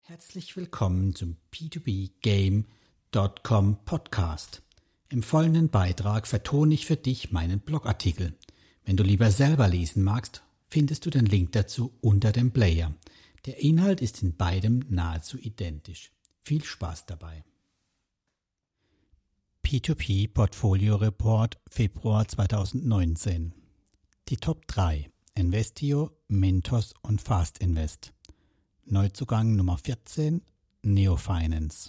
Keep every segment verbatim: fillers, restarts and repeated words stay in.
Herzlich willkommen zum P zwei B Game Punkt com Podcast. Im folgenden Beitrag vertone ich für dich meinen Blogartikel. Wenn du lieber selber lesen magst, findest du den Link dazu unter dem Player. Der Inhalt ist in beidem nahezu identisch. Viel Spaß dabei. P zwei P Portfolio Report Februar zweitausendneunzehn. Die Top drei: Investio, Mintos und Fast Invest. Neuzugang Nummer vierzehn, Neo Finance.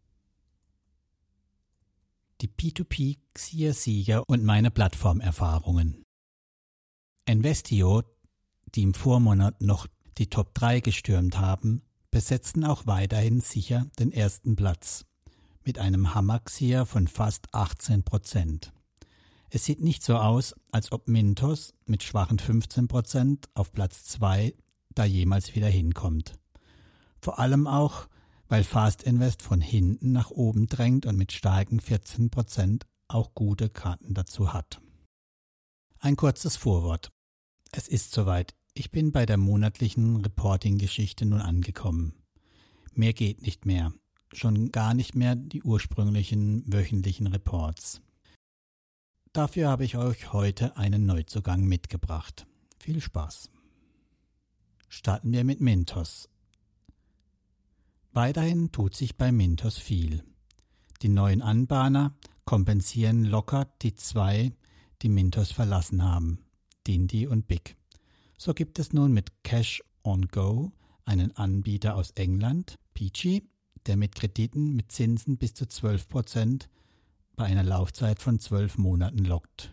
Die P zwei P X I A-Sieger und meine Plattformerfahrungen. Investio, die im Vormonat noch die Top drei gestürmt haben, besetzen auch weiterhin sicher den ersten Platz mit einem Hammer-X I A von fast achtzehn Prozent. Es sieht nicht so aus, als ob Mintos mit schwachen fünfzehn Prozent auf Platz zwei da jemals wieder hinkommt. Vor allem auch, weil Fast Invest von hinten nach oben drängt und mit starken vierzehn Prozent auch gute Karten dazu hat. Ein kurzes Vorwort. Es ist soweit. Ich bin bei der monatlichen Reporting-Geschichte nun angekommen. Mehr geht nicht mehr. Schon gar nicht mehr die ursprünglichen wöchentlichen Reports. Dafür habe ich euch heute einen Neuzugang mitgebracht. Viel Spaß. Starten wir mit Mintos. Weiterhin tut sich bei Mintos viel. Die neuen Anbahner kompensieren locker die zwei, die Mintos verlassen haben, Dindi und Big. So gibt es nun mit Cash on Go einen Anbieter aus England, Peachy, der mit Krediten mit Zinsen bis zu zwölf Prozent bei einer Laufzeit von zwölf Monaten lockt.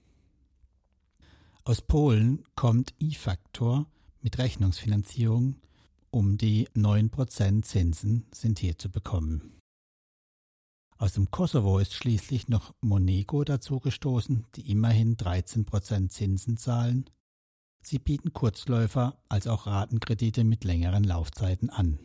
Aus Polen kommt eFaktor mit Rechnungsfinanzierung, um die neun Prozent Zinsen sind hier zu bekommen. Aus dem Kosovo ist schließlich noch Monego dazugestoßen, die immerhin dreizehn Prozent Zinsen zahlen. Sie bieten Kurzläufer als auch Ratenkredite mit längeren Laufzeiten an.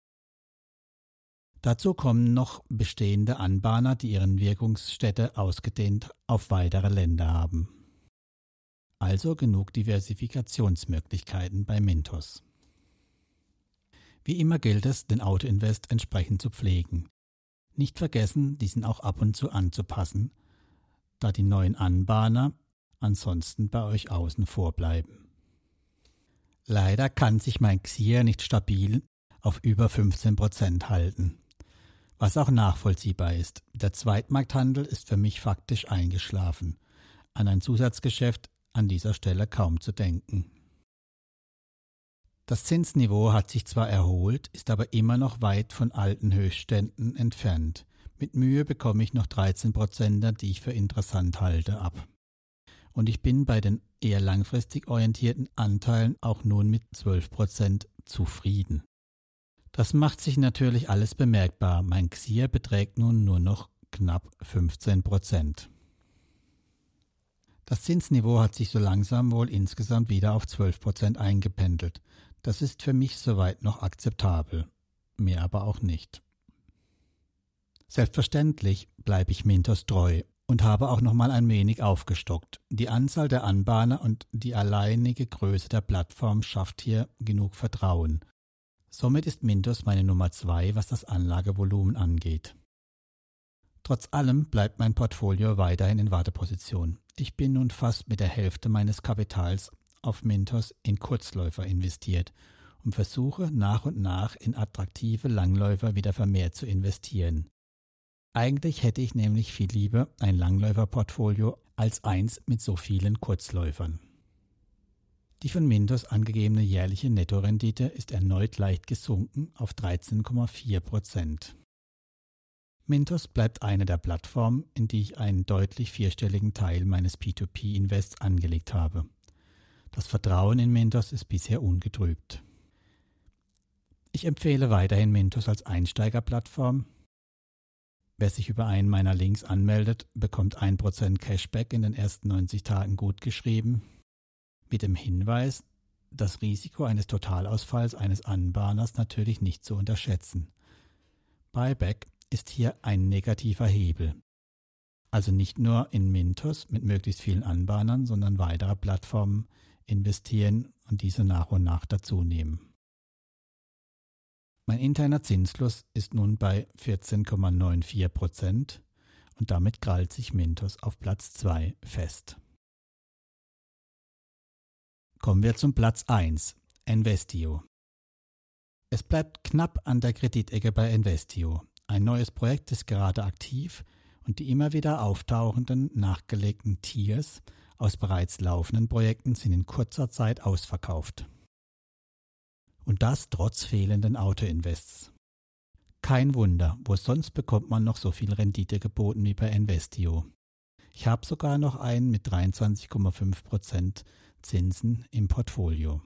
Dazu kommen noch bestehende Anbahner, die ihren Wirkungsstätte ausgedehnt auf weitere Länder haben. Also genug Diversifikationsmöglichkeiten bei Mintos. Wie immer gilt es, den Auto-Invest entsprechend zu pflegen. Nicht vergessen, diesen auch ab und zu anzupassen, da die neuen Anbahner ansonsten bei euch außen vor bleiben. Leider kann sich mein X I A nicht stabil auf über fünfzehn Prozent halten, was auch nachvollziehbar ist. Der Zweitmarkthandel ist für mich faktisch eingeschlafen. An ein Zusatzgeschäft an dieser Stelle kaum zu denken. Das Zinsniveau hat sich zwar erholt, ist aber immer noch weit von alten Höchstständen entfernt. Mit Mühe bekomme ich noch dreizehn Prozent, die ich für interessant halte, ab. Und ich bin bei den eher langfristig orientierten Anteilen auch nun mit zwölf Prozent zufrieden. Das macht sich natürlich alles bemerkbar. Mein X I A beträgt nun nur noch knapp fünfzehn Prozent. Das Zinsniveau hat sich so langsam wohl insgesamt wieder auf zwölf Prozent eingependelt. Das ist für mich soweit noch akzeptabel, mehr aber auch nicht. Selbstverständlich bleibe ich Mintos treu und habe auch noch mal ein wenig aufgestockt. Die Anzahl der Anbahner und die alleinige Größe der Plattform schafft hier genug Vertrauen. Somit ist Mintos meine Nummer zwei, was das Anlagevolumen angeht. Trotz allem bleibt mein Portfolio weiterhin in Warteposition. Ich bin nun fast mit der Hälfte meines Kapitals auf Mintos in Kurzläufer investiert und versuche nach und nach in attraktive Langläufer wieder vermehrt zu investieren. Eigentlich hätte ich nämlich viel lieber ein Langläuferportfolio als eins mit so vielen Kurzläufern. Die von Mintos angegebene jährliche Nettorendite ist erneut leicht gesunken auf dreizehn Komma vier Prozent. Mintos bleibt eine der Plattformen, in die ich einen deutlich vierstelligen Teil meines P zwei P-Invests angelegt habe. Das Vertrauen in Mintos ist bisher ungetrübt. Ich empfehle weiterhin Mintos als Einsteigerplattform. Wer sich über einen meiner Links anmeldet, bekommt ein Prozent Cashback in den ersten neunzig Tagen gutgeschrieben, mit dem Hinweis, das Risiko eines Totalausfalls eines Anbahners natürlich nicht zu unterschätzen. Buyback ist hier ein negativer Hebel. Also nicht nur in Mintos mit möglichst vielen Anbahnern, sondern weitere Plattformen investieren und diese nach und nach dazu nehmen. Mein interner Zinsfluss ist nun bei vierzehn Komma vierundneunzig Prozent und damit krallt sich Mintos auf Platz zwei fest. Kommen wir zum Platz eins, Investio. Es bleibt knapp an der Kreditecke bei Investio. Ein neues Projekt ist gerade aktiv und die immer wieder auftauchenden nachgelegten Tiers aus bereits laufenden Projekten sind in kurzer Zeit ausverkauft. Und das trotz fehlenden Autoinvests. Kein Wunder, wo sonst bekommt man noch so viel Rendite geboten wie bei Investio. Ich habe sogar noch einen mit dreiundzwanzig Komma fünf Prozent Zinsen im Portfolio.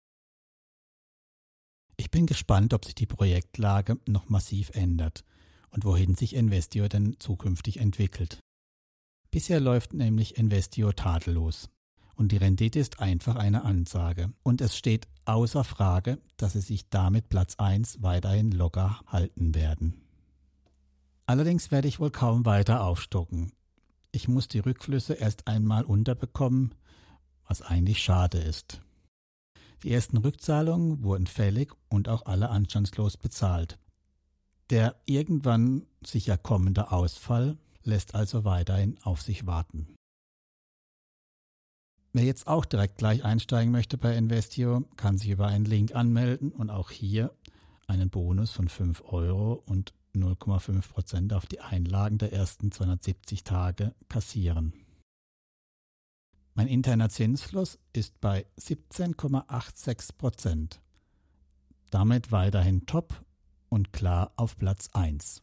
Ich bin gespannt, ob sich die Projektlage noch massiv ändert und wohin sich Investio denn zukünftig entwickelt. Bisher läuft nämlich Investio tadellos und die Rendite ist einfach eine Ansage und es steht außer Frage, dass sie sich damit Platz eins weiterhin locker halten werden. Allerdings werde ich wohl kaum weiter aufstocken. Ich muss die Rückflüsse erst einmal unterbekommen, was eigentlich schade ist. Die ersten Rückzahlungen wurden fällig und auch alle anstandslos bezahlt. Der irgendwann sicher kommende Ausfall lässt also weiterhin auf sich warten. Wer jetzt auch direkt gleich einsteigen möchte bei Investio, kann sich über einen Link anmelden und auch hier einen Bonus von fünf Euro und null Komma fünf Prozent auf die Einlagen der ersten zweihundertsiebzig Tage kassieren. Mein interner Zinsfluss ist bei siebzehn Komma sechsundachtzig Prozent. Damit weiterhin top und klar auf Platz eins.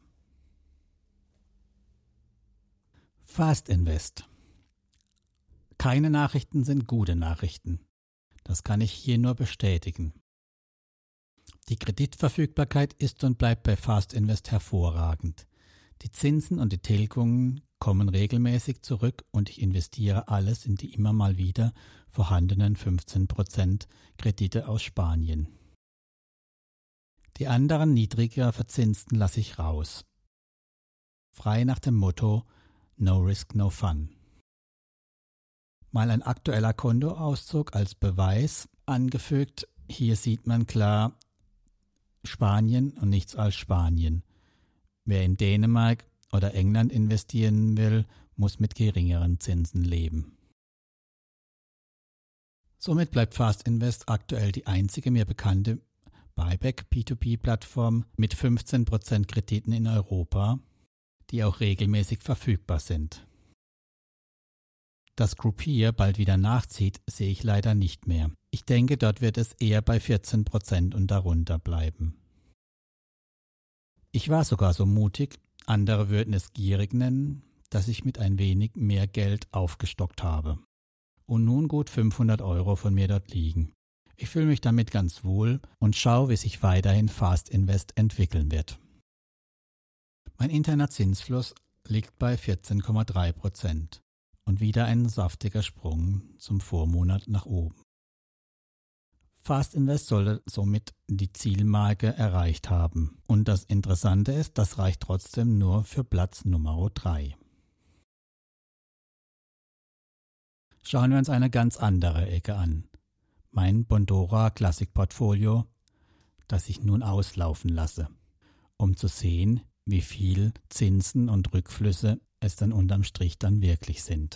Fast Invest. Keine Nachrichten sind gute Nachrichten. Das kann ich hier nur bestätigen. Die Kreditverfügbarkeit ist und bleibt bei Fast Invest hervorragend. Die Zinsen und die Tilgungen kommen regelmäßig zurück und ich investiere alles in die immer mal wieder vorhandenen fünfzehn Prozent Kredite aus Spanien. Die anderen niedriger verzinsten lasse ich raus. Frei nach dem Motto No Risk, No Fun. Mal ein aktueller Kontoauszug als Beweis angefügt. Hier sieht man klar Spanien und nichts als Spanien. Wer in Dänemark oder England investieren will, muss mit geringeren Zinsen leben. Somit bleibt Fast Invest aktuell die einzige mir bekannte Buyback P zwei P Plattform mit fünfzehn Prozent Krediten in Europa, die auch regelmäßig verfügbar sind. Dass Groupier bald wieder nachzieht, sehe ich leider nicht mehr. Ich denke, dort wird es eher bei vierzehn Prozent und darunter bleiben. Ich war sogar so mutig, andere würden es gierig nennen, dass ich mit ein wenig mehr Geld aufgestockt habe. Und nun gut fünfhundert Euro von mir dort liegen. Ich fühle mich damit ganz wohl und schaue, wie sich weiterhin Fast Invest entwickeln wird. Mein interner Zinsfluss liegt bei vierzehn Komma drei Prozent und wieder ein saftiger Sprung zum Vormonat nach oben. Fast Invest sollte somit die Zielmarke erreicht haben. Und das Interessante ist, das reicht trotzdem nur für Platz Nummer drei. Schauen wir uns eine ganz andere Ecke an. Mein Bondora Classic Portfolio, das ich nun auslaufen lasse, um zu sehen, wie viel Zinsen und Rückflüsse es dann unterm Strich dann wirklich sind.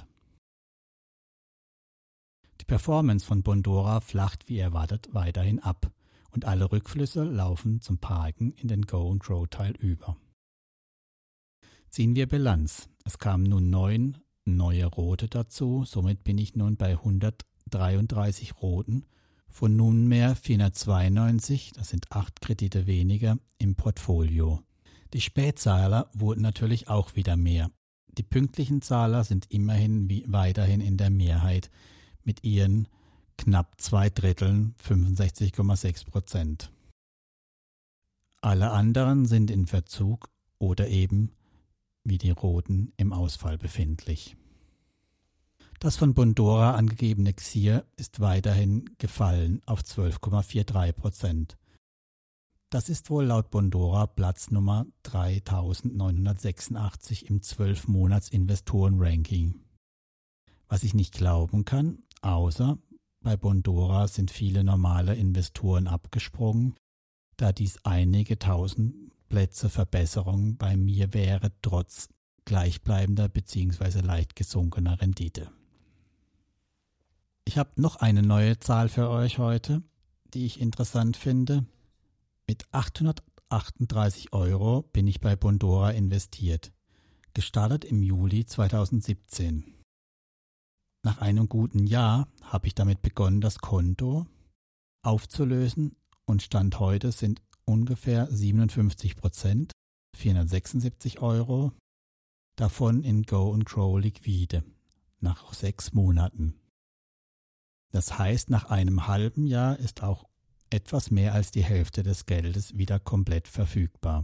Die Performance von Bondora flacht wie erwartet weiterhin ab und alle Rückflüsse laufen zum Parken in den Go-and-Grow-Teil über. Ziehen wir Bilanz. Es kamen nun neun neue Rote dazu, somit bin ich nun bei hundertdreiunddreißig Roten von nunmehr vierhundertzweiundneunzig, das sind acht Kredite weniger, im Portfolio. Die Spätzahler wurden natürlich auch wieder mehr. Die pünktlichen Zahler sind immerhin wie weiterhin in der Mehrheit mit ihren knapp zwei Dritteln, fünfundsechzig Komma sechs Prozent. Alle anderen sind in Verzug oder eben wie die Roten im Ausfall befindlich. Das von Bondora angegebene X I R ist weiterhin gefallen auf zwölf Komma dreiundvierzig Prozent. Das ist wohl laut Bondora Platz Nummer dreitausendneunhundertsechsundachtzig im zwölf-Monats-Investoren-Ranking. Was ich nicht glauben kann, außer bei Bondora sind viele normale Investoren abgesprungen da dies einige tausend Plätze Verbesserung bei mir wäre, trotz gleichbleibender bzw. leicht gesunkener Rendite. Ich habe noch eine neue Zahl für euch heute, die ich interessant finde. Mit achthundertachtunddreißig Euro bin ich bei Bondora investiert, gestartet im Juli zweitausendsiebzehn. Nach einem guten Jahr habe ich damit begonnen, das Konto aufzulösen und Stand heute sind ungefähr siebenundfünfzig Prozent, vierhundertsechsundsiebzig Euro, davon in Go and Grow liquide, nach sechs Monaten. Das heißt, nach einem halben Jahr ist auch etwas mehr als die Hälfte des Geldes wieder komplett verfügbar.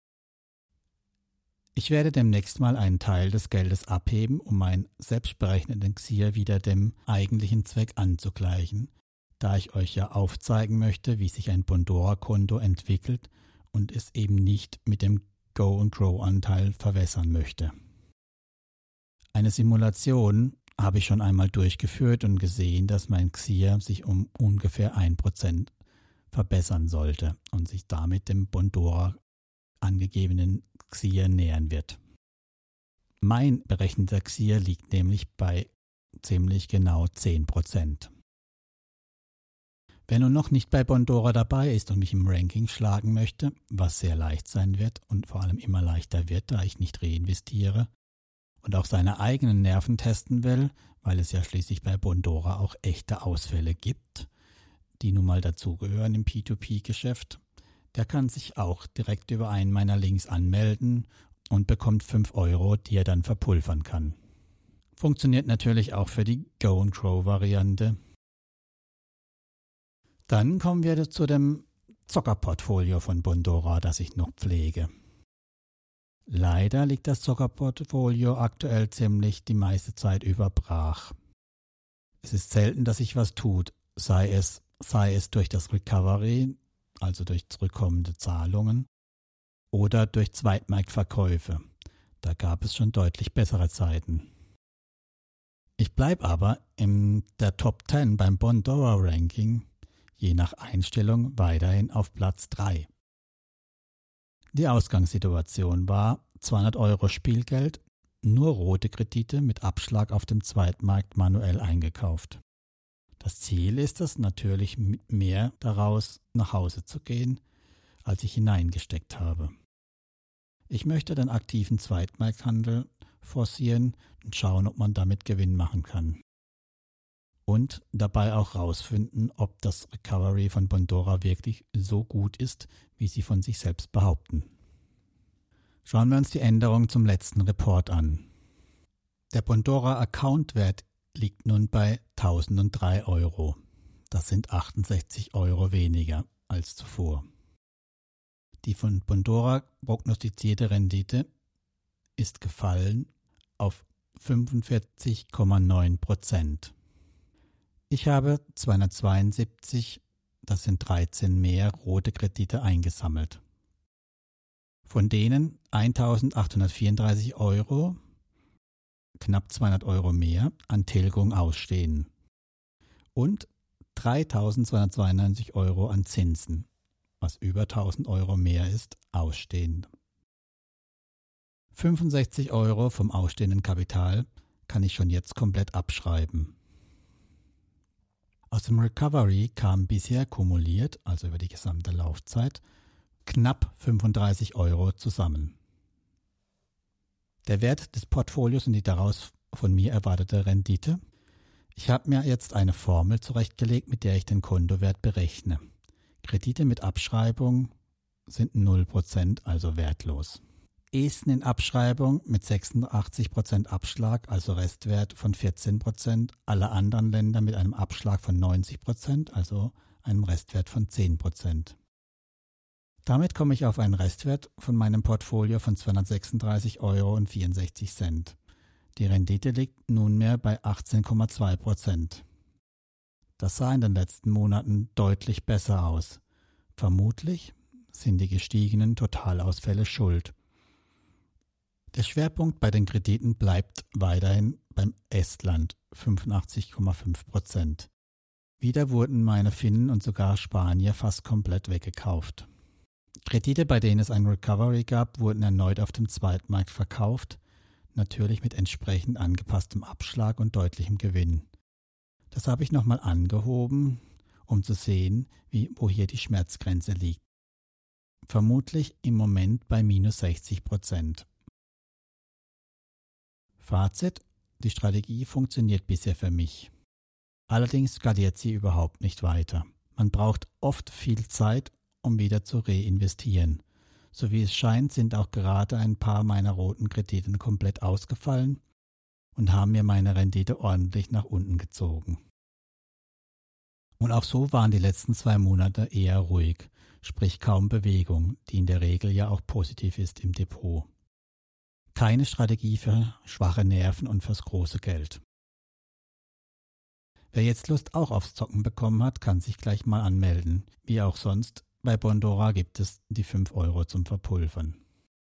Ich werde demnächst mal einen Teil des Geldes abheben, um meinen selbstberechneten X I R wieder dem eigentlichen Zweck anzugleichen, da ich euch ja aufzeigen möchte, wie sich ein Bondora-Konto entwickelt und es eben nicht mit dem Go-and-Grow-Anteil verwässern möchte. Eine Simulation habe ich schon einmal durchgeführt und gesehen, dass mein X I R sich um ungefähr ein Prozent verbessern sollte und sich damit dem Bondora angegebenen X I R nähern wird. Mein berechneter X I R liegt nämlich bei ziemlich genau zehn Prozent. Wer nun noch nicht bei Bondora dabei ist und mich im Ranking schlagen möchte, was sehr leicht sein wird und vor allem immer leichter wird, da ich nicht reinvestiere, und auch seine eigenen Nerven testen will, weil es ja schließlich bei Bondora auch echte Ausfälle gibt, die nun mal dazugehören im P zwei P-Geschäft, der kann sich auch direkt über einen meiner Links anmelden und bekommt fünf Euro, die er dann verpulvern kann. Funktioniert natürlich auch für die Go-and-Grow-Variante. Dann kommen wir zu dem Zockerportfolio von Bondora, das ich noch pflege. Leider liegt das Zockerportfolio aktuell ziemlich die meiste Zeit über brach. Es ist selten, dass sich was tut, sei es, sei es durch das Recovery, also durch zurückkommende Zahlungen, oder durch Zweitmarktverkäufe. Da gab es schon deutlich bessere Zeiten. Ich bleibe aber in der Top zehn beim Bondora Ranking je nach Einstellung weiterhin auf Platz drei. Die Ausgangssituation war zweihundert Euro Spielgeld, nur rote Kredite mit Abschlag auf dem Zweitmarkt manuell eingekauft. Das Ziel ist es natürlich, mit mehr daraus nach Hause zu gehen, als ich hineingesteckt habe. Ich möchte den aktiven Zweitmarkthandel forcieren und schauen, ob man damit Gewinn machen kann. Und dabei auch rausfinden, ob das Recovery von Bondora wirklich so gut ist, wie sie von sich selbst behaupten. Schauen wir uns die Änderung zum letzten Report an. Der Bondora-Accountwert liegt nun bei tausenddrei Euro. Das sind achtundsechzig Euro weniger als zuvor. Die von Bondora prognostizierte Rendite ist gefallen auf fünfundvierzig Komma neun Prozent. Ich habe zweihundertzweiundsiebzig, das sind dreizehn mehr, rote Kredite eingesammelt. Von denen eintausendachthundertvierunddreißig Euro, knapp zweihundert Euro mehr, an Tilgung ausstehen und dreitausendzweihundertzweiundneunzig Euro an Zinsen, was über tausend Euro mehr ist, ausstehen. fünfundsechzig Euro vom ausstehenden Kapital kann ich schon jetzt komplett abschreiben. Aus dem Recovery kam bisher kumuliert, also über die gesamte Laufzeit, knapp fünfunddreißig Euro zusammen. Der Wert des Portfolios und die daraus von mir erwartete Rendite. Ich habe mir jetzt eine Formel zurechtgelegt, mit der ich den Kontowert berechne. Kredite mit Abschreibung sind null Prozent, also wertlos. Esten in Abschreibung mit sechsundachtzig Prozent Abschlag, also Restwert von vierzehn Prozent. Alle anderen Länder mit einem Abschlag von neunzig Prozent, also einem Restwert von zehn Prozent. Damit komme ich auf einen Restwert von meinem Portfolio von zweihundertsechsunddreißig Euro und vierundsechzig Cent. Die Rendite liegt nunmehr bei achtzehn Komma zwei Prozent. Das sah in den letzten Monaten deutlich besser aus. Vermutlich sind die gestiegenen Totalausfälle schuld. Der Schwerpunkt bei den Krediten bleibt weiterhin beim Estland, fünfundachtzig Komma fünf Prozent. Wieder wurden meine Finnen und sogar Spanier fast komplett weggekauft. Kredite, bei denen es ein Recovery gab, wurden erneut auf dem Zweitmarkt verkauft, natürlich mit entsprechend angepasstem Abschlag und deutlichem Gewinn. Das habe ich nochmal angehoben, um zu sehen, wie, wo hier die Schmerzgrenze liegt. Vermutlich im Moment bei minus sechzig Prozent. Fazit: Die Strategie funktioniert bisher für mich. Allerdings skaliert sie überhaupt nicht weiter. Man braucht oft viel Zeit, um wieder zu reinvestieren. So wie es scheint, sind auch gerade ein paar meiner roten Kredite komplett ausgefallen und haben mir meine Rendite ordentlich nach unten gezogen. Und auch so waren die letzten zwei Monate eher ruhig, sprich kaum Bewegung, die in der Regel ja auch positiv ist im Depot. Keine Strategie für schwache Nerven und fürs große Geld. Wer jetzt Lust auch aufs Zocken bekommen hat, kann sich gleich mal anmelden. Wie auch sonst, bei Bondora gibt es die fünf Euro zum Verpulvern.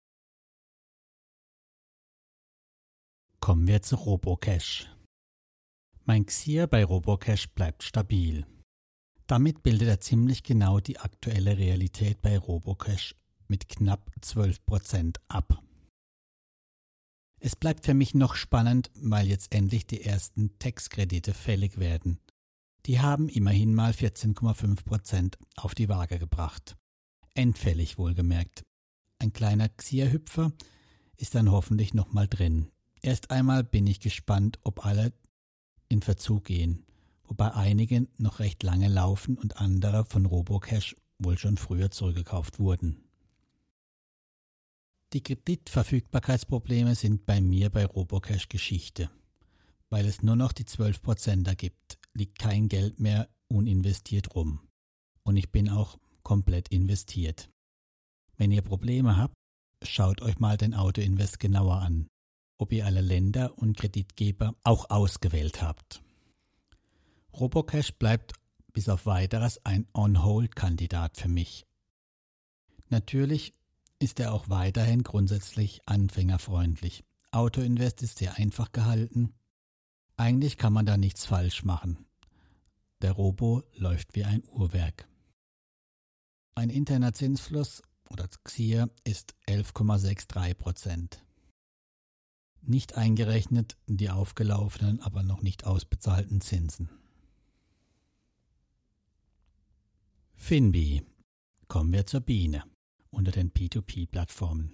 Kommen wir zu Robocash. Mein X I R bei Robocash bleibt stabil. Damit bildet er ziemlich genau die aktuelle Realität bei Robocash mit knapp zwölf Prozent ab. Es bleibt für mich noch spannend, weil jetzt endlich die ersten Textkredite fällig werden. Die haben immerhin mal vierzehn Komma fünf Prozent auf die Waage gebracht. Endfällig wohlgemerkt. Ein kleiner X I R-Hüpfer ist dann hoffentlich nochmal drin. Erst einmal bin ich gespannt, ob alle in Verzug gehen, wobei einige noch recht lange laufen und andere von Robocash wohl schon früher zurückgekauft wurden. Die Kreditverfügbarkeitsprobleme sind bei mir bei Robocash Geschichte. Weil es nur noch die zwölf Prozent gibt, liegt kein Geld mehr uninvestiert rum. Und ich bin auch komplett investiert. Wenn ihr Probleme habt, schaut euch mal den Autoinvest genauer an, ob ihr alle Länder und Kreditgeber auch ausgewählt habt. Robocash bleibt bis auf Weiteres ein On-Hold-Kandidat für mich. Natürlich ist er auch weiterhin grundsätzlich anfängerfreundlich. Autoinvest ist sehr einfach gehalten. Eigentlich kann man da nichts falsch machen. Der Robo läuft wie ein Uhrwerk. Ein interner Zinsfluss oder X I R ist elf Komma drei sechs Prozent. Nicht eingerechnet die aufgelaufenen, aber noch nicht ausbezahlten Zinsen. Finbi. Kommen wir zur Biene unter den P zwei P-Plattformen.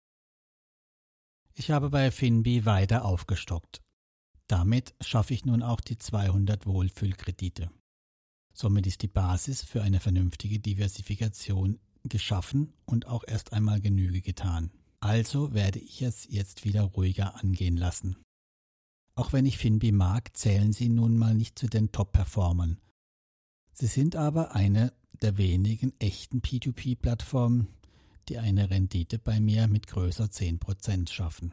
Ich habe bei Finbi weiter aufgestockt. Damit schaffe ich nun auch die zweihundert Wohlfühlkredite. Somit ist die Basis für eine vernünftige Diversifikation geschaffen und auch erst einmal Genüge getan. Also werde ich es jetzt wieder ruhiger angehen lassen. Auch wenn ich Finbi mag, zählen sie nun mal nicht zu den Top-Performern. Sie sind aber eine der wenigen echten P zwei P-Plattformen, die eine Rendite bei mir mit größer zehn Prozent schaffen.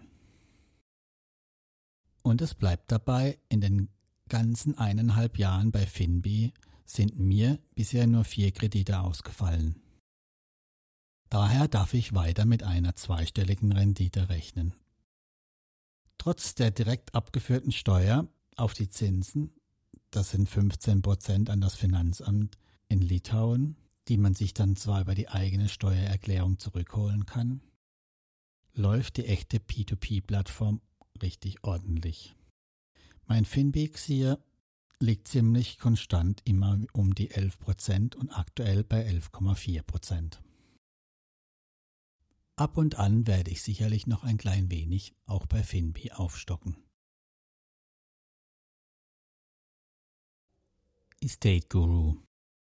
Und es bleibt dabei, in den ganzen eineinhalb Jahren bei Finbi sind mir bisher nur vier Kredite ausgefallen. Daher darf ich weiter mit einer zweistelligen Rendite rechnen. Trotz der direkt abgeführten Steuer auf die Zinsen, das sind fünfzehn Prozent an das Finanzamt in Litauen, die man sich dann zwar über die eigene Steuererklärung zurückholen kann, läuft die echte P zwei P-Plattform richtig ordentlich. Mein Finbi X I R liegt ziemlich konstant immer um die elf Prozent und aktuell bei elf Komma vier Prozent. Ab und an werde ich sicherlich noch ein klein wenig auch bei Finbi aufstocken. Estate Guru.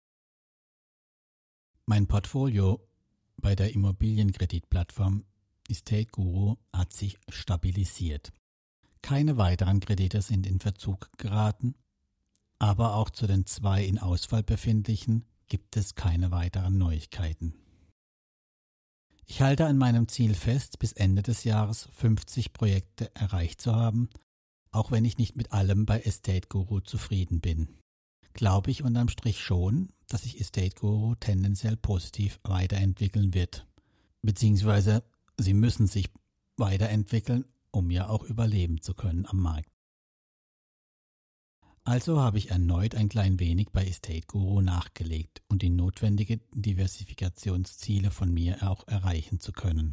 Mein Portfolio bei der Immobilienkreditplattform Estate Guru hat sich stabilisiert. Keine weiteren Kredite sind in Verzug geraten, aber auch zu den zwei in Ausfall befindlichen gibt es keine weiteren Neuigkeiten. Ich halte an meinem Ziel fest, bis Ende des Jahres fünfzig Projekte erreicht zu haben, auch wenn ich nicht mit allem bei Estate Guru zufrieden bin. Glaube ich unterm Strich schon, dass sich Estate Guru tendenziell positiv weiterentwickeln wird. Beziehungsweise sie müssen sich weiterentwickeln, um ja auch überleben zu können am Markt. Also habe ich erneut ein klein wenig bei Estate Guru nachgelegt und die notwendigen Diversifikationsziele von mir auch erreichen zu können.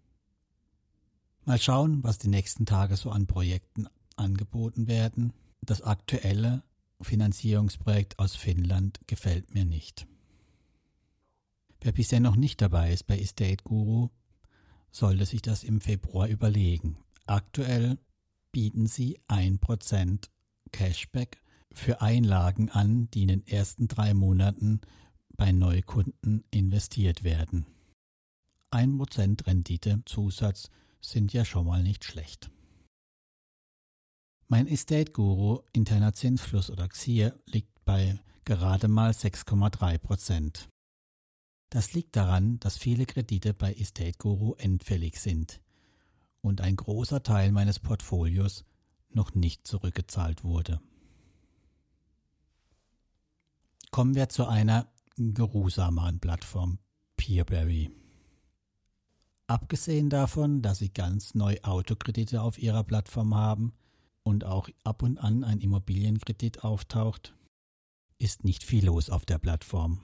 Mal schauen, was die nächsten Tage so an Projekten angeboten werden. Das aktuelle Finanzierungsprojekt aus Finnland gefällt mir nicht. Wer bisher noch nicht dabei ist bei Estate Guru, sollte sich das im Februar überlegen. Aktuell bieten sie ein Prozent Cashback für Einlagen an, die in den ersten drei Monaten bei Neukunden investiert werden. ein Prozent Rendite Zusatz sind ja schon mal nicht schlecht. Mein Estate Guru interner Zinsfluss oder X I R liegt bei gerade mal sechs Komma drei Prozent. Das liegt daran, dass viele Kredite bei Estate Guru endfällig sind und ein großer Teil meines Portfolios noch nicht zurückgezahlt wurde. Kommen wir zu einer geruhsameren Plattform, Peerberry. Abgesehen davon, dass sie ganz neu Autokredite auf ihrer Plattform haben und auch ab und an ein Immobilienkredit auftaucht, ist nicht viel los auf der Plattform.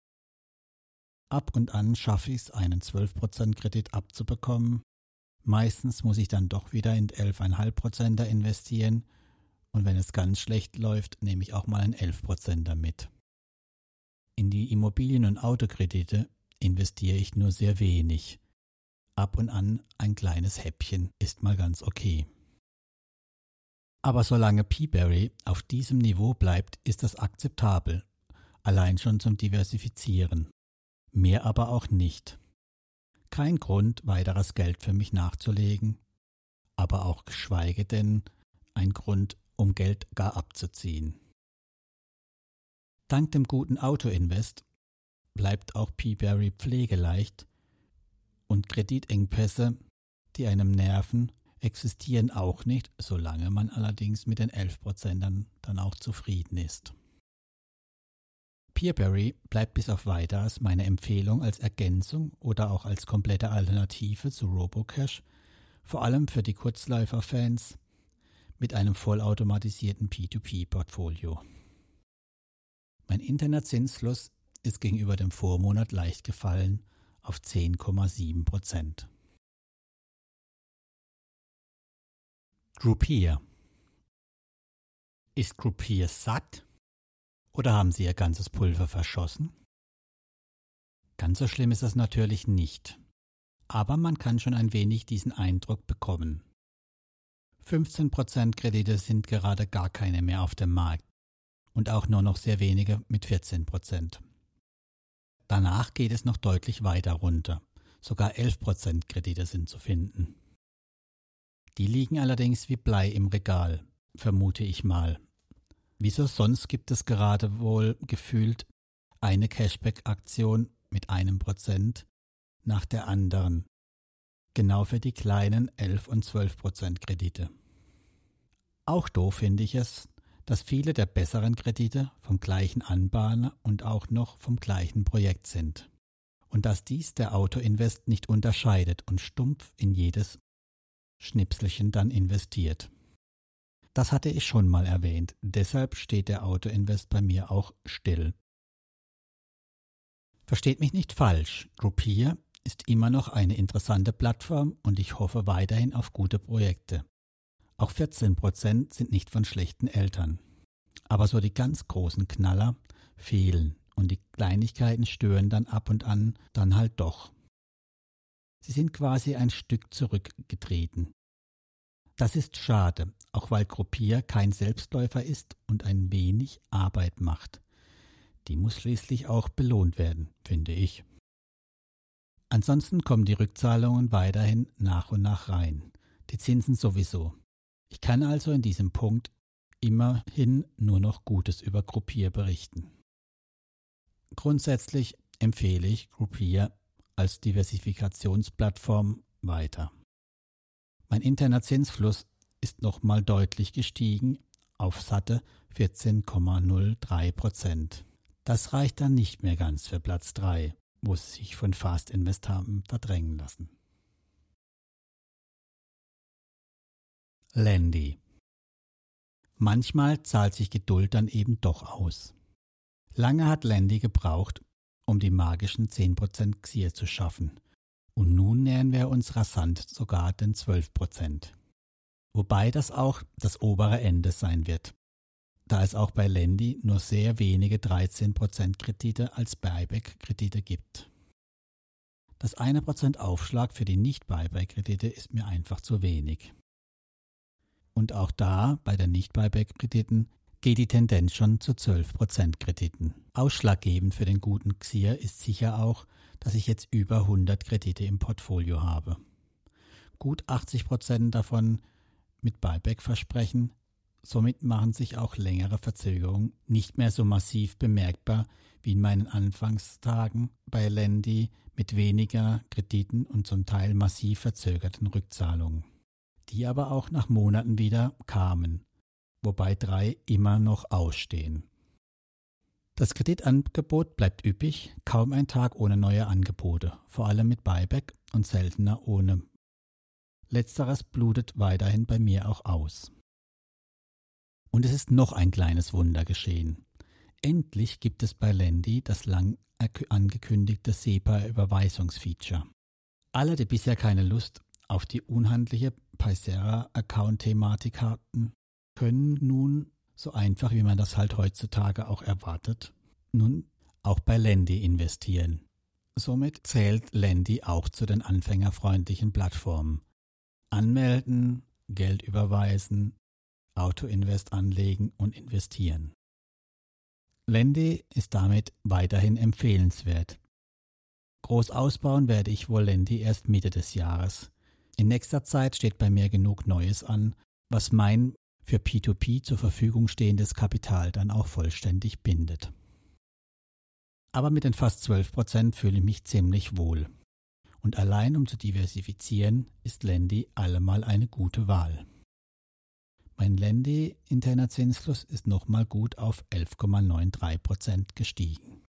Ab und an schaffe ich es, einen zwölf Prozent Kredit abzubekommen. Meistens muss ich dann doch wieder in elf Komma fünf Prozent investieren und wenn es ganz schlecht läuft, nehme ich auch mal einen elf Prozent mit. In die Immobilien- und Autokredite investiere ich nur sehr wenig. Ab und an ein kleines Häppchen ist mal ganz okay. Aber solange Peerberry auf diesem Niveau bleibt, ist das akzeptabel, allein schon zum Diversifizieren. Mehr aber auch nicht. Kein Grund, weiteres Geld für mich nachzulegen, aber auch geschweige denn ein Grund, um Geld gar abzuziehen. Dank dem guten Autoinvest bleibt auch Peerberry pflegeleicht und Kreditengpässe, die einem nerven, existieren auch nicht, solange man allerdings mit den elf Prozent dann, dann auch zufrieden ist. Peerberry bleibt bis auf Weiteres meine Empfehlung als Ergänzung oder auch als komplette Alternative zu Robocash, vor allem für die Kurzläufer-Fans mit einem vollautomatisierten P zwei P-Portfolio. Mein interner Zinsfluss ist gegenüber dem Vormonat leicht gefallen auf zehn Komma sieben Prozent. Groupier. Ist Groupier satt? Oder haben sie ihr ganzes Pulver verschossen? Ganz so schlimm ist das natürlich nicht. Aber man kann schon ein wenig diesen Eindruck bekommen. fünfzehn Prozent Kredite sind gerade gar keine mehr auf dem Markt und auch nur noch sehr wenige mit vierzehn Prozent. Danach geht es noch deutlich weiter runter. Sogar elf Prozent Kredite sind zu finden. Die liegen allerdings wie Blei im Regal, vermute ich mal. Wieso sonst gibt es gerade wohl gefühlt eine Cashback-Aktion mit einem Prozent nach der anderen, genau für die kleinen elf und zwölf Prozent Kredite. Auch doof finde ich es, dass viele der besseren Kredite vom gleichen Anbahner und auch noch vom gleichen Projekt sind und dass dies der Autoinvest nicht unterscheidet und stumpf in jedes Schnipselchen dann investiert. Das hatte ich schon mal erwähnt, deshalb steht der Autoinvest bei mir auch still. Versteht mich nicht falsch, Groupier ist immer noch eine interessante Plattform und ich hoffe weiterhin auf gute Projekte. Auch vierzehn Prozent sind nicht von schlechten Eltern. Aber so die ganz großen Knaller fehlen und die Kleinigkeiten stören dann ab und an dann halt doch. Sie sind quasi ein Stück zurückgetreten. Das ist schade, auch weil Groupier kein Selbstläufer ist und ein wenig Arbeit macht. Die muss schließlich auch belohnt werden, finde ich. Ansonsten kommen die Rückzahlungen weiterhin nach und nach rein. Die Zinsen sowieso. Ich kann also in diesem Punkt immerhin nur noch Gutes über Groupier berichten. Grundsätzlich empfehle ich Groupier als Diversifikationsplattform weiter. Mein interner Zinsfluss ist nochmal deutlich gestiegen auf satte vierzehn Komma null drei Prozent. Das reicht dann nicht mehr ganz für Platz drei, wo sie sich von Fast Invest haben verdrängen lassen. Lendi. Manchmal zahlt sich Geduld dann eben doch aus. Lange hat Lendi gebraucht, um die magischen zehn Prozent X I R zu schaffen. Und nun nähern wir uns rasant sogar den zwölf Prozent. Wobei das auch das obere Ende sein wird, da es auch bei Lendi nur sehr wenige dreizehn Prozent Kredite als Buyback-Kredite gibt. Das ein Prozent Aufschlag für die Nicht-Buyback-Kredite ist mir einfach zu wenig. Und auch da, bei den Nicht-Buyback-Krediten, geht die Tendenz schon zu zwölf Prozent Krediten. Ausschlaggebend für den guten X I R ist sicher auch, dass ich jetzt über hundert Kredite im Portfolio habe. Gut achtzig Prozent davon mit Buyback-Versprechen, somit machen sich auch längere Verzögerungen nicht mehr so massiv bemerkbar wie in meinen Anfangstagen bei Lendi mit weniger Krediten und zum Teil massiv verzögerten Rückzahlungen, die aber auch nach Monaten wieder kamen, wobei drei immer noch ausstehen. Das Kreditangebot bleibt üppig, kaum ein Tag ohne neue Angebote, vor allem mit Buyback und seltener ohne. Letzteres blutet weiterhin bei mir auch aus. Und es ist noch ein kleines Wunder geschehen. Endlich gibt es bei Lendi das lang angekündigte SEPA-Überweisungsfeature. Alle, die bisher keine Lust auf die unhandliche Paysera-Account-Thematik hatten, können nun, so einfach wie man das halt heutzutage auch erwartet, nun auch bei Lendi investieren. Somit zählt Lendi auch zu den anfängerfreundlichen Plattformen. Anmelden, Geld überweisen, Autoinvest anlegen und investieren. Lendi ist damit weiterhin empfehlenswert. Groß ausbauen werde ich wohl Lendi erst Mitte des Jahres. In nächster Zeit steht bei mir genug Neues an, was mein für P zwei P zur Verfügung stehendes Kapital dann auch vollständig bindet. Aber mit den fast zwölf Prozent fühle ich mich ziemlich wohl. Und allein um zu diversifizieren, ist Lendi allemal eine gute Wahl. Mein Lendi interner Zinsfluss ist nochmal gut auf elf Komma drei neun Prozent gestiegen.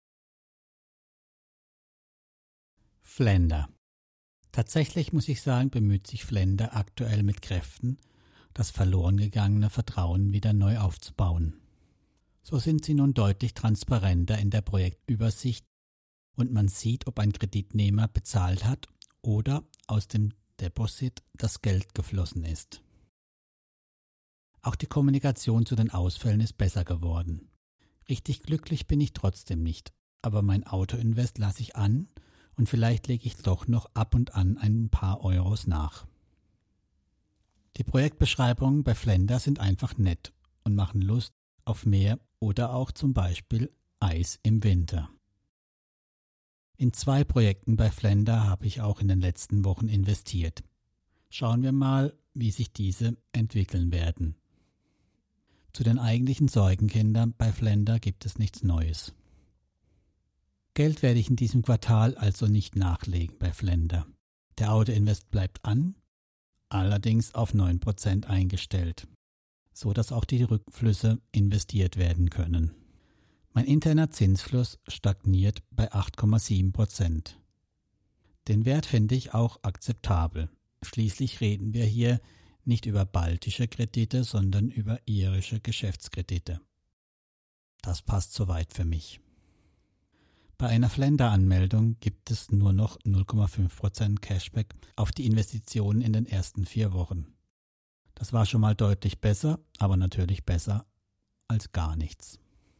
Flender. Tatsächlich muss ich sagen, bemüht sich Flender aktuell mit Kräften, das verloren gegangene Vertrauen wieder neu aufzubauen. So sind sie nun deutlich transparenter in der Projektübersicht und man sieht, ob ein Kreditnehmer bezahlt hat oder aus dem Deposit das Geld geflossen ist. Auch die Kommunikation zu den Ausfällen ist besser geworden. Richtig glücklich bin ich trotzdem nicht, aber mein Autoinvest lasse ich an und vielleicht lege ich doch noch ab und an ein paar Euros nach. Die Projektbeschreibungen bei Flender sind einfach nett und machen Lust auf mehr oder auch zum Beispiel Eis im Winter. In zwei Projekten bei Flender habe ich auch in den letzten Wochen investiert. Schauen wir mal, wie sich diese entwickeln werden. Zu den eigentlichen Sorgenkindern bei Flender gibt es nichts Neues. Geld werde ich in diesem Quartal also nicht nachlegen bei Flender. Der Autoinvest bleibt an, allerdings auf neun Prozent eingestellt, so dass auch die Rückflüsse investiert werden können. Mein interner Zinsfluss stagniert bei acht Komma sieben Prozent. Den Wert finde ich auch akzeptabel. Schließlich reden wir hier nicht über baltische Kredite, sondern über irische Geschäftskredite. Das passt soweit für mich. Bei einer Flender-Anmeldung gibt es nur noch null Komma fünf Prozent Cashback auf die Investitionen in den ersten vier Wochen. Das war schon mal deutlich besser, aber natürlich besser als gar nichts.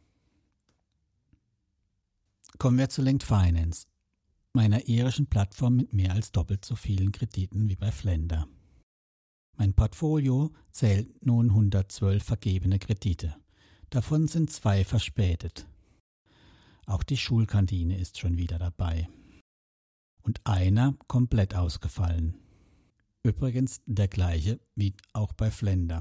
Kommen wir zu Linked Finance, meiner irischen Plattform mit mehr als doppelt so vielen Krediten wie bei Flender. Mein Portfolio zählt nun hundertzwölf vergebene Kredite. Davon sind zwei verspätet. Auch die Schulkantine ist schon wieder dabei. Und einer komplett ausgefallen. Übrigens der gleiche wie auch bei Flender.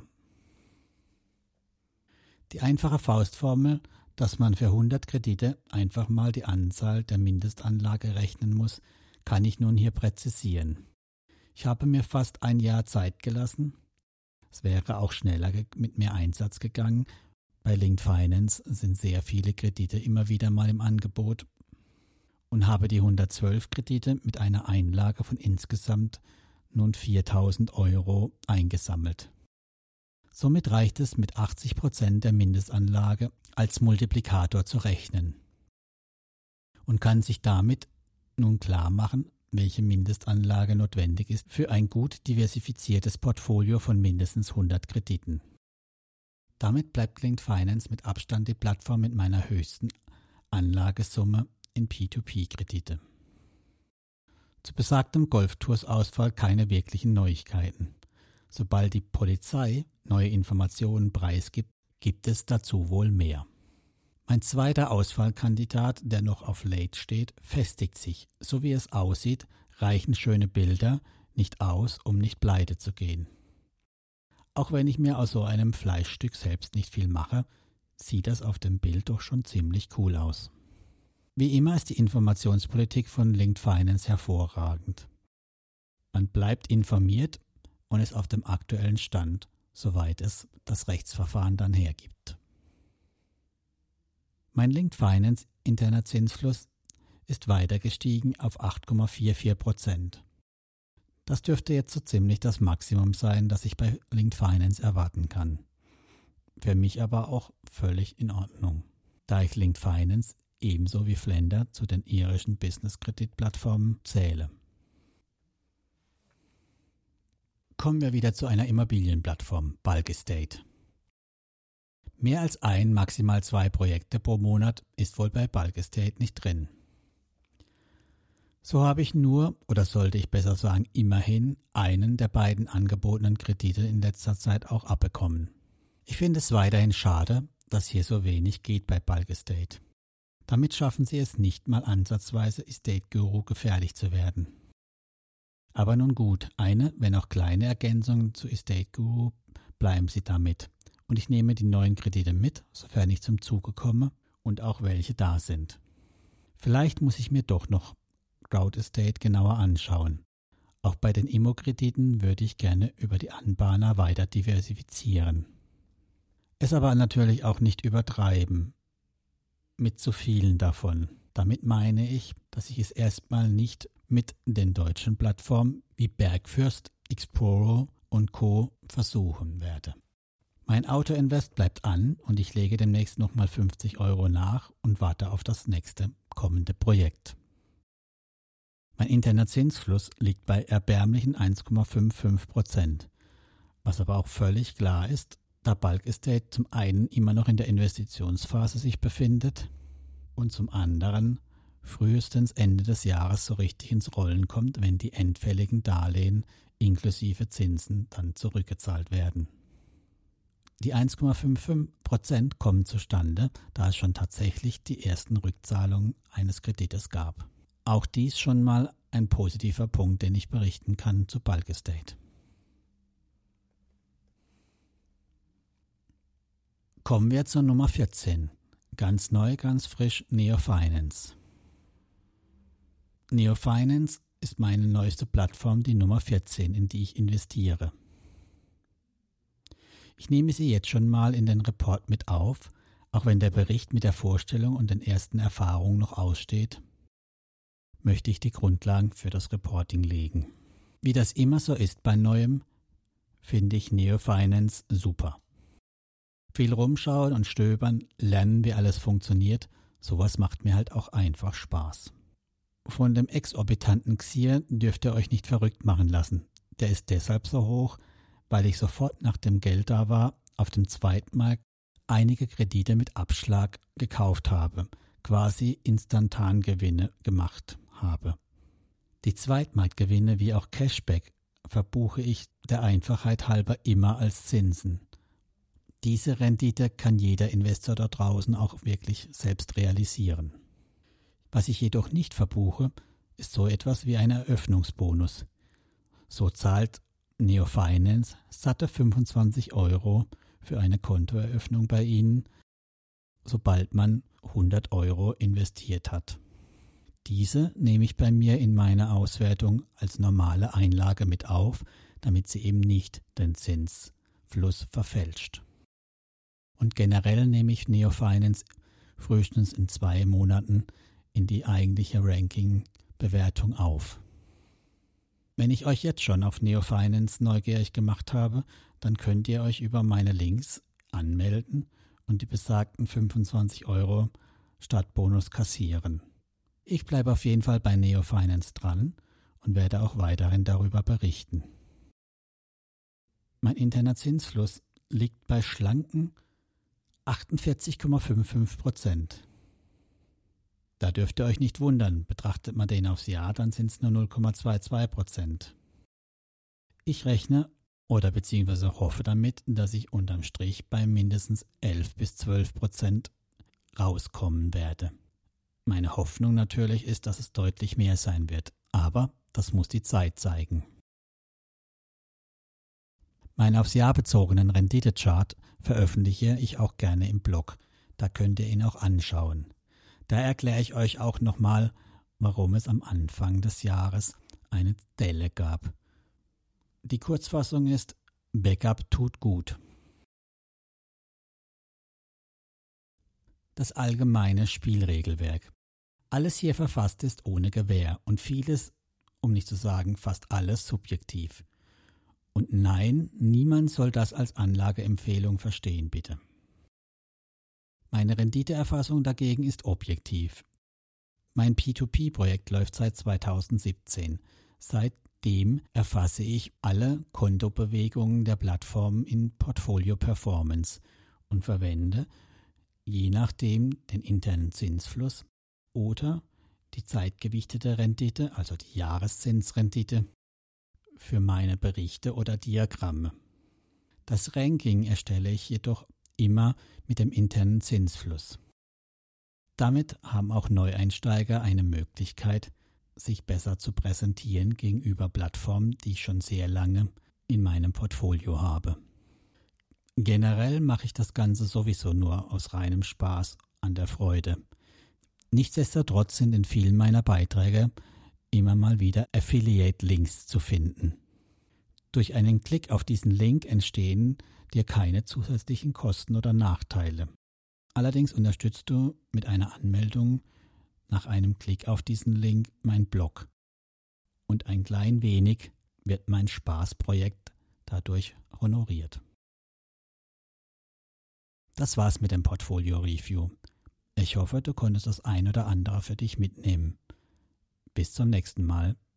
Die einfache Faustformel, dass man für hundert Kredite einfach mal die Anzahl der Mindestanlage rechnen muss, kann ich nun hier präzisieren. Ich habe mir fast ein Jahr Zeit gelassen. Es wäre auch schneller mit mehr Einsatz gegangen. Bei Linked Finance sind sehr viele Kredite immer wieder mal im Angebot und habe die hundertzwölf Kredite mit einer Einlage von insgesamt nun viertausend Euro eingesammelt. Somit reicht es, mit achtzig Prozent der Mindestanlage als Multiplikator zu rechnen und kann sich damit nun klar machen, welche Mindestanlage notwendig ist für ein gut diversifiziertes Portfolio von mindestens hundert Krediten. Damit bleibt Linked Finance mit Abstand die Plattform mit meiner höchsten Anlagesumme in P zwei P-Kredite. Zu besagtem Golftours-Ausfall keine wirklichen Neuigkeiten. Sobald die Polizei neue Informationen preisgibt, gibt es dazu wohl mehr. Mein zweiter Ausfallkandidat, der noch auf Late steht, festigt sich. So wie es aussieht, reichen schöne Bilder nicht aus, um nicht pleite zu gehen. Auch wenn ich mir aus so einem Fleischstück selbst nicht viel mache, sieht das auf dem Bild doch schon ziemlich cool aus. Wie immer ist die Informationspolitik von Linked Finance hervorragend. Man bleibt informiert und ist auf dem aktuellen Stand, soweit es das Rechtsverfahren dann hergibt. Mein Linked Finance interner Zinsfluss ist weiter gestiegen auf acht Komma vierundvierzig Prozent. Das dürfte jetzt so ziemlich das Maximum sein, das ich bei Linked Finance erwarten kann. Für mich aber auch völlig in Ordnung, da ich Linked Finance ebenso wie Flender zu den irischen Business-Kreditplattformen zähle. Kommen wir wieder zu einer Immobilienplattform, Bulk Estate. Mehr als ein, maximal zwei Projekte pro Monat ist wohl bei Bulk Estate nicht drin. So habe ich nur, oder sollte ich besser sagen, immerhin einen der beiden angebotenen Kredite in letzter Zeit auch abbekommen. Ich finde es weiterhin schade, dass hier so wenig geht bei Bulk Estate. Damit schaffen sie es nicht mal ansatzweise, Estate Guru gefährlich zu werden. Aber nun gut, eine, wenn auch kleine Ergänzung zu Estate Guru, bleiben Sie damit. Und ich nehme die neuen Kredite mit, sofern ich zum Zuge komme und auch welche da sind. Vielleicht muss ich mir doch noch Crowd Estate genauer anschauen. Auch bei den Immo-Krediten würde ich gerne über die Anbahner weiter diversifizieren. Es aber natürlich auch nicht übertreiben mit zu vielen davon. Damit meine ich, dass ich es erstmal nicht mit den deutschen Plattformen wie Bergfürst, Xploro und Co. versuchen werde. Mein Autoinvest bleibt an und ich lege demnächst nochmal fünfzig Euro nach und warte auf das nächste kommende Projekt. Mein interner Zinsfluss liegt bei erbärmlichen eins Komma fünfundfünfzig Prozent, was aber auch völlig klar ist, da Bulk Estate zum einen immer noch in der Investitionsphase sich befindet und zum anderen frühestens Ende des Jahres so richtig ins Rollen kommt, wenn die endfälligen Darlehen inklusive Zinsen dann zurückgezahlt werden. Die eins Komma fünfundfünfzig Prozent kommen zustande, da es schon tatsächlich die ersten Rückzahlungen eines Kredites gab. Auch dies schon mal ein positiver Punkt, den ich berichten kann zu Bulk Estate. Kommen wir zur Nummer vierzehn. Ganz neu, ganz frisch, Neo Finance. Neo Finance ist meine neueste Plattform, die Nummer vierzehn, in die ich investiere. Ich nehme sie jetzt schon mal in den Report mit auf, auch wenn der Bericht mit der Vorstellung und den ersten Erfahrungen noch aussteht, möchte ich die Grundlagen für das Reporting legen. Wie das immer so ist bei Neuem, finde ich Neo Finance super. Viel rumschauen und stöbern, lernen, wie alles funktioniert, sowas macht mir halt auch einfach Spaß. Von dem exorbitanten X I R dürft ihr euch nicht verrückt machen lassen. Der ist deshalb so hoch, weil ich sofort nach dem Geld da war, auf dem Zweitmarkt einige Kredite mit Abschlag gekauft habe, quasi instantan Gewinne gemacht habe. Die Zweitmarktgewinne wie auch Cashback verbuche ich der Einfachheit halber immer als Zinsen. Diese Rendite kann jeder Investor da draußen auch wirklich selbst realisieren. Was ich jedoch nicht verbuche, ist so etwas wie ein Eröffnungsbonus. So zahlt Neo Finance satte fünfundzwanzig Euro für eine Kontoeröffnung bei Ihnen, sobald man hundert Euro investiert hat. Diese nehme ich bei mir in meiner Auswertung als normale Einlage mit auf, damit sie eben nicht den Zinsfluss verfälscht. Und generell nehme ich Neo Finance frühestens in zwei Monaten in die eigentliche Ranking-Bewertung auf. Wenn ich euch jetzt schon auf Neo Finance neugierig gemacht habe, dann könnt ihr euch über meine Links anmelden und die besagten fünfundzwanzig Euro Startbonus kassieren. Ich bleibe auf jeden Fall bei Neo Finance dran und werde auch weiterhin darüber berichten. Mein interner Zinsfluss liegt bei schlanken achtundvierzig Komma fünfundfünfzig Prozent. Da dürft ihr euch nicht wundern, betrachtet man den aufs Jahr, dann sind es nur null Komma zweiundzwanzig Prozent. Ich rechne oder beziehungsweise hoffe damit, dass ich unterm Strich bei mindestens elf bis zwölf Prozent rauskommen werde. Meine Hoffnung natürlich ist, dass es deutlich mehr sein wird, aber das muss die Zeit zeigen. Meinen aufs Jahr bezogenen Renditechart veröffentliche ich auch gerne im Blog, da könnt ihr ihn auch anschauen. Da erkläre ich euch auch nochmal, warum es am Anfang des Jahres eine Delle gab. Die Kurzfassung ist, Backup tut gut. Das allgemeine Spielregelwerk. Alles hier verfasst ist ohne Gewähr und vieles, um nicht zu sagen fast alles, subjektiv. Und nein, niemand soll das als Anlageempfehlung verstehen, bitte. Meine Renditeerfassung dagegen ist objektiv. Mein P zwei P-Projekt läuft seit zweitausendsiebzehn. Seitdem erfasse ich alle Kontobewegungen der Plattform in Portfolio Performance und verwende, je nachdem, den internen Zinsfluss oder die zeitgewichtete Rendite, also die Jahreszinsrendite, für meine Berichte oder Diagramme. Das Ranking erstelle ich jedoch immer mit dem internen Zinsfluss. Damit haben auch Neueinsteiger eine Möglichkeit, sich besser zu präsentieren gegenüber Plattformen, die ich schon sehr lange in meinem Portfolio habe. Generell mache ich das Ganze sowieso nur aus reinem Spaß an der Freude. Nichtsdestotrotz sind in vielen meiner Beiträge immer mal wieder Affiliate-Links zu finden. Durch einen Klick auf diesen Link entstehen dir keine zusätzlichen Kosten oder Nachteile. Allerdings unterstützt du mit einer Anmeldung nach einem Klick auf diesen Link mein Blog. Und ein klein wenig wird mein Spaßprojekt dadurch honoriert. Das war's mit dem Portfolio Review. Ich hoffe, du konntest das ein oder andere für dich mitnehmen. Bis zum nächsten Mal.